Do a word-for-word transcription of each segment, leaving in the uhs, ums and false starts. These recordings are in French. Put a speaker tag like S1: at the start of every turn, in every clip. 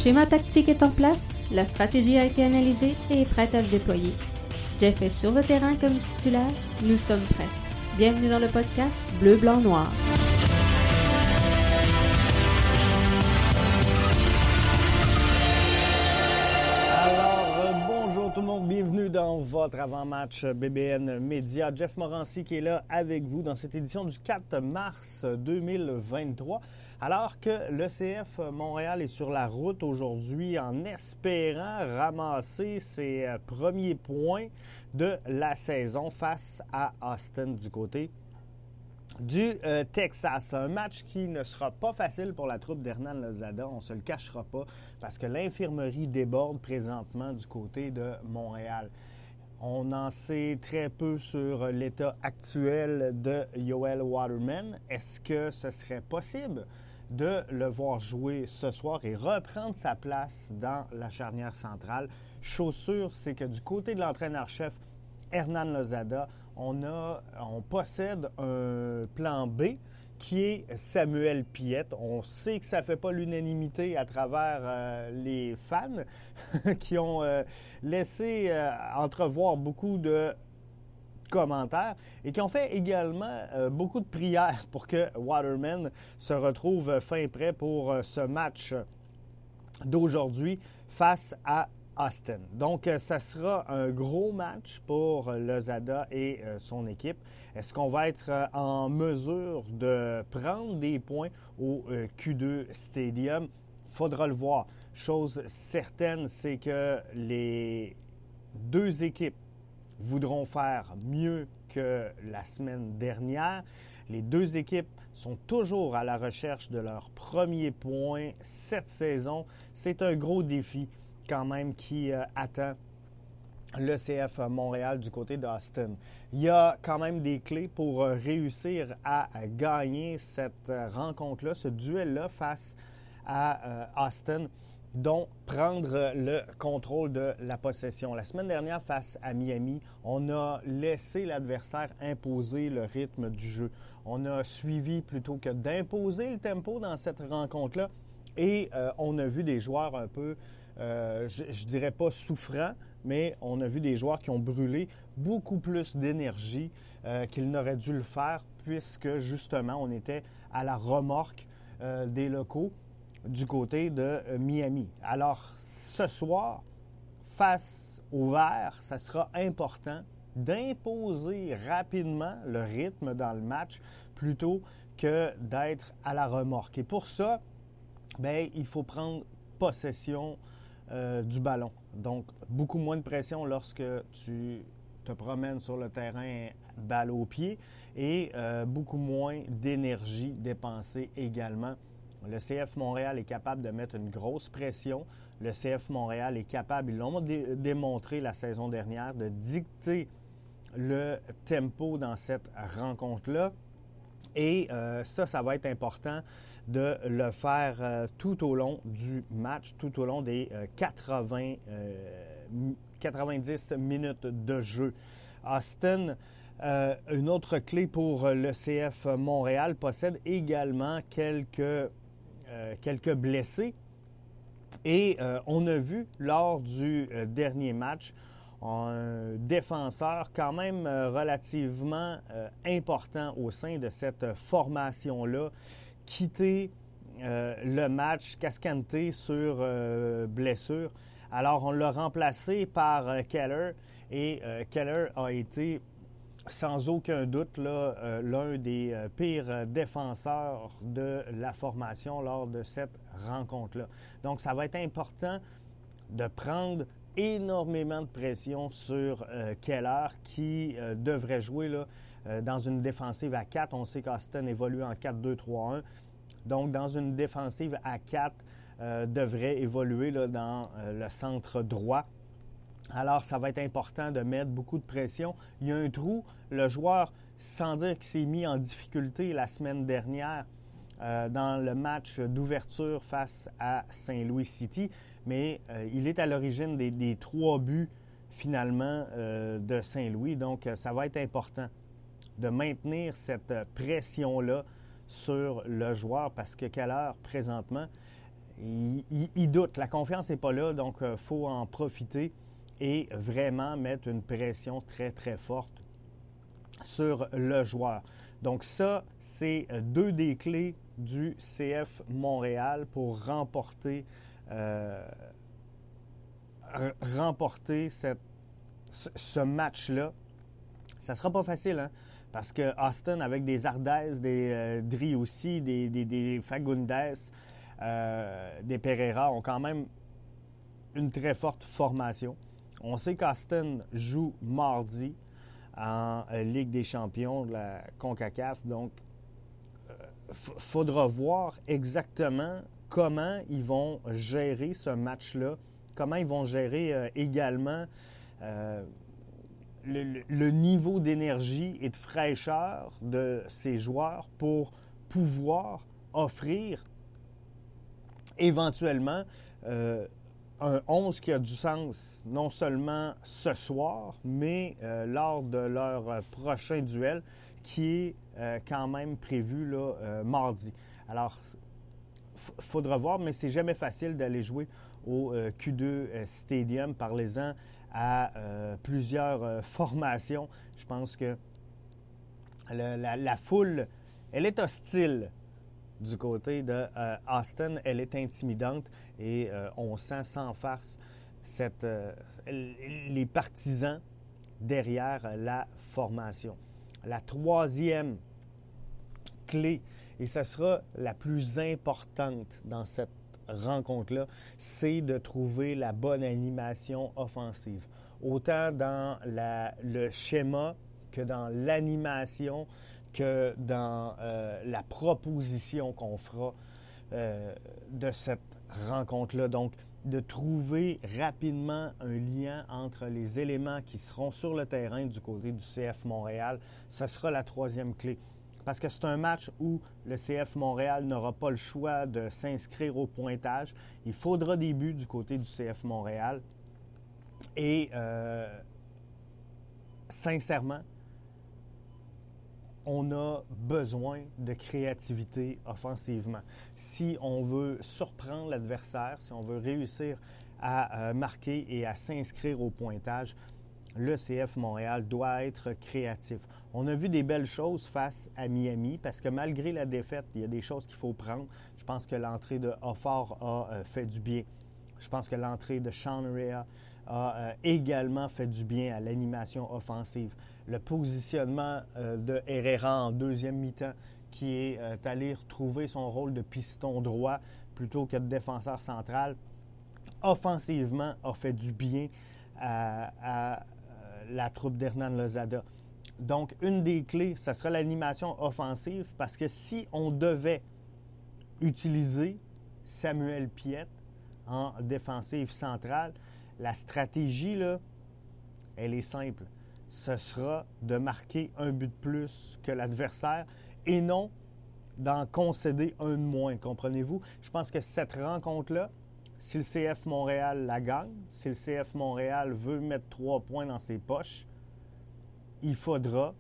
S1: schéma tactique est en place, la stratégie a été analysée et est prête à se déployer. Jeff est sur le terrain comme titulaire, nous sommes prêts. Bienvenue dans le podcast Bleu, Blanc, Noir.
S2: Bienvenue dans votre avant-match B B N Média. Jeff Morancy qui est là avec vous dans cette édition du quatre mars deux mille vingt-trois. Alors que l'E C F Montréal est sur la route aujourd'hui en espérant ramasser ses premiers points de la saison face à Austin du côté du euh, Texas. Un match qui ne sera pas facile pour la troupe d'Hernan Lozada, on ne se le cachera pas, parce que l'infirmerie déborde présentement du côté de Montréal. On en sait très peu sur l'état actuel de Yoel Waterman. Est-ce que ce serait possible de le voir jouer ce soir et reprendre sa place dans la charnière centrale? Chose sûre, c'est que du côté de l'entraîneur-chef Hernan Lozada, On, a, on possède un plan B qui est Samuel Piette. On sait que ça ne fait pas l'unanimité à travers euh, les fans qui ont euh, laissé euh, entrevoir beaucoup de commentaires et qui ont fait également euh, beaucoup de prières pour que Waterman se retrouve fin prêt pour euh, ce match d'aujourd'hui face à Austin. Donc, euh, ça sera un gros match pour Lozada et euh, son équipe. Est-ce qu'on va être euh, en mesure de prendre des points au euh, Q deux Stadium? Faudra le voir. Chose certaine, c'est que les deux équipes voudront faire mieux que la semaine dernière. Les deux équipes sont toujours à la recherche de leur premier point cette saison. C'est un gros défi quand même qui euh, attend l'E C F Montréal du côté d'Austin. Il y a quand même des clés pour euh, réussir à, à gagner cette euh, rencontre-là, ce duel-là face à euh, Austin, dont prendre le contrôle de la possession. La semaine dernière, face à Miami, on a laissé l'adversaire imposer le rythme du jeu. On a suivi plutôt que d'imposer le tempo dans cette rencontre-là et euh, on a vu des joueurs un peu Euh, je ne dirais pas souffrant, mais on a vu des joueurs qui ont brûlé beaucoup plus d'énergie euh, qu'ils n'auraient dû le faire puisque, justement, on était à la remorque euh, des locaux du côté de euh, Miami. Alors, ce soir, face au Vert, ça sera important d'imposer rapidement le rythme dans le match plutôt que d'être à la remorque. Et pour ça, bien, il faut prendre possession Euh, du ballon. Donc, beaucoup moins de pression lorsque tu te promènes sur le terrain balle au pied et euh, beaucoup moins d'énergie dépensée également. Le C F Montréal est capable de mettre une grosse pression. Le C F Montréal est capable, ils l'ont dé- démontré la saison dernière, de dicter le tempo dans cette rencontre-là. Et euh, ça, ça va être important de le faire euh, tout au long du match, tout au long des euh, quatre-vingts, euh, quatre-vingt-dix minutes de jeu. Austin, euh, une autre clé pour le C F Montréal, possède également quelques, euh, quelques blessés. Et euh, on a vu lors du euh, dernier match un défenseur quand même euh, relativement euh, important au sein de cette formation-là, quitter euh, le match, cascanté sur euh, blessure. Alors, on l'a remplacé par euh, Keller et euh, Keller a été sans aucun doute là, euh, l'un des euh, pires défenseurs de la formation lors de cette rencontre-là. Donc, ça va être important de prendre énormément de pression sur euh, Keller qui euh, devrait jouer là, euh, dans une défensive à quatre. On sait qu'Austin évolue en quatre deux trois un. Donc, dans une défensive à quatre, euh, devrait évoluer là, dans euh, le centre droit. Alors, ça va être important de mettre beaucoup de pression. Il y a un trou. Le joueur, sans dire qu'il s'est mis en difficulté la semaine dernière euh, dans le match d'ouverture face à Saint-Louis City, mais euh, il est à l'origine des, des trois buts, finalement, euh, de Saint-Louis. Donc, euh, ça va être important de maintenir cette pression-là sur le joueur parce que Keller, présentement, il, il, il doute. La confiance n'est pas là, donc il faut en profiter et vraiment mettre une pression très, très forte sur le joueur. Donc ça, c'est deux des clés du C F Montréal pour remporter, euh, remporter cette, ce match-là. Ça ne sera pas facile, hein? Parce que Austin, avec des Ardez, des euh, Driussi, des, des, des Fagundes, euh, des Pereira, ont quand même une très forte formation. On sait qu'Austin joue mardi en euh, Ligue des champions de la CONCACAF. Donc, il euh, f- faudra voir exactement comment ils vont gérer ce match-là, comment ils vont gérer euh, également euh, le, le, le niveau d'énergie et de fraîcheur de ces joueurs pour pouvoir offrir éventuellement euh, un onze qui a du sens non seulement ce soir, mais euh, lors de leur euh, prochain duel qui est euh, quand même prévu là, euh, mardi. Alors, il faudra voir, mais c'est jamais facile d'aller jouer au euh, Q deux euh, Stadium. Parlez-en à euh, plusieurs euh, formations. Je pense que le, la, la foule, elle est hostile du côté de euh, Austin. Elle est intimidante et euh, on sent sans farce cette, euh, les partisans derrière la formation. La troisième clé, et ce sera la plus importante dans cette rencontre-là, c'est de trouver la bonne animation offensive. Autant dans la, le schéma que dans l'animation, que dans euh, la proposition qu'on fera euh, de cette rencontre-là. Donc, de trouver rapidement un lien entre les éléments qui seront sur le terrain du côté du C F Montréal, ce sera la troisième clé. Parce que c'est un match où le C F Montréal n'aura pas le choix de s'inscrire au pointage. Il faudra des buts du côté du C F Montréal. Et euh, sincèrement, on a besoin de créativité offensivement. Si on veut surprendre l'adversaire, si on veut réussir à euh, marquer et à s'inscrire au pointage, le C F Montréal doit être créatif. On a vu des belles choses face à Miami parce que malgré la défaite, il y a des choses qu'il faut prendre. Je pense que l'entrée de Hofford a euh, fait du bien. Je pense que l'entrée de Sean Rea a euh, également fait du bien à l'animation offensive. Le positionnement euh, de Herrera en deuxième mi-temps qui est euh, allé retrouver son rôle de piston droit plutôt que de défenseur central, offensivement a fait du bien à, à la troupe d'Hernan Lozada. Donc, une des clés, ce sera l'animation offensive parce que si on devait utiliser Samuel Piette en défensive centrale, la stratégie, là, elle est simple. Ce sera de marquer un but de plus que l'adversaire et non d'en concéder un de moins, comprenez-vous? Je pense que cette rencontre-là, si le C F Montréal la gagne, si le C F Montréal veut mettre trois points dans ses poches, il faudra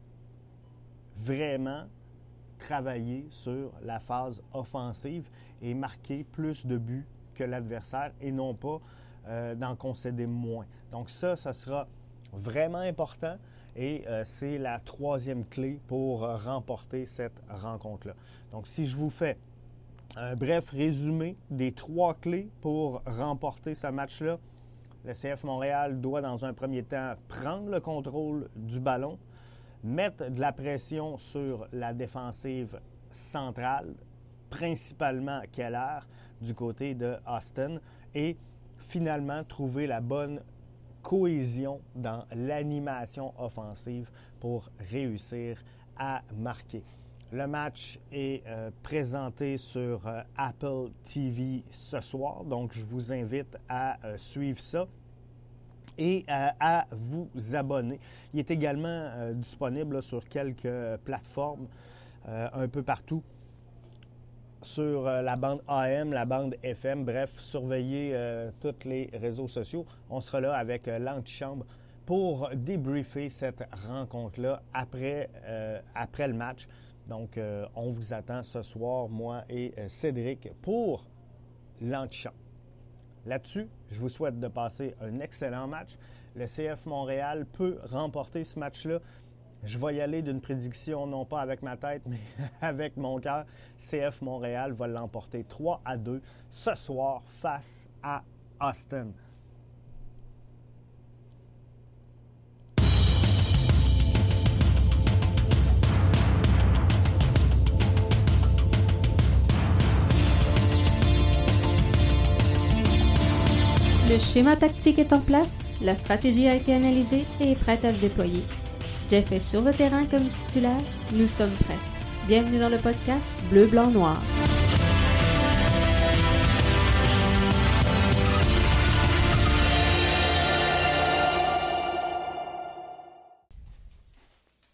S2: vraiment travailler sur la phase offensive et marquer plus de buts que l'adversaire et non pas euh, d'en concéder moins. Donc ça, ça sera vraiment important et euh, c'est la troisième clé pour euh, remporter cette rencontre-là. Donc si je vous fais un bref résumé des trois clés pour remporter ce match-là, le C F Montréal doit dans un premier temps prendre le contrôle du ballon, mettre de la pression sur la défensive centrale, principalement Keller du côté de Austin, et finalement trouver la bonne cohésion dans l'animation offensive pour réussir à marquer. Le match est euh, présenté sur euh, Apple T V ce soir, donc je vous invite à euh, suivre ça et euh, à vous abonner. Il est également euh, disponible là, sur quelques euh, plateformes euh, un peu partout, sur euh, la bande A M, la bande F M, bref, surveillez euh, tous les réseaux sociaux. On sera là avec euh, l'antichambre pour débriefer cette rencontre-là après, euh, après le match. Donc, euh, on vous attend ce soir, moi et euh, Cédric, pour l'antichambre. Là-dessus, je vous souhaite de passer un excellent match. Le C F Montréal peut remporter ce match-là. Je vais y aller d'une prédiction, non pas avec ma tête, mais avec mon cœur. C F Montréal va l'emporter trois à deux ce soir face à Austin.
S1: Le schéma tactique est en place, la stratégie a été analysée et est prête à se déployer. Jeff est sur le terrain comme titulaire, nous sommes prêts. Bienvenue dans le podcast Bleu, Blanc, Noir.